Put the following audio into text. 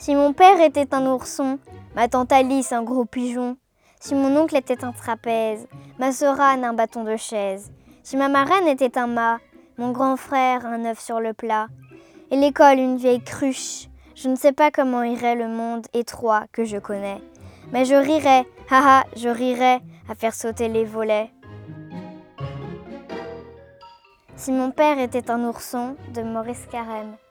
Si mon père était un ourson, ma tante Alice un gros pigeon, si mon oncle était un trapèze, ma sœur Anne un bâton de chaise, si ma marraine était un mât, mon grand frère un œuf sur le plat, et l'école une vieille cruche, je ne sais pas comment irait le monde étroit que je connais. Mais je rirais, haha, je rirais à faire sauter les volets. Si mon père était un ourson, de Maurice Carême.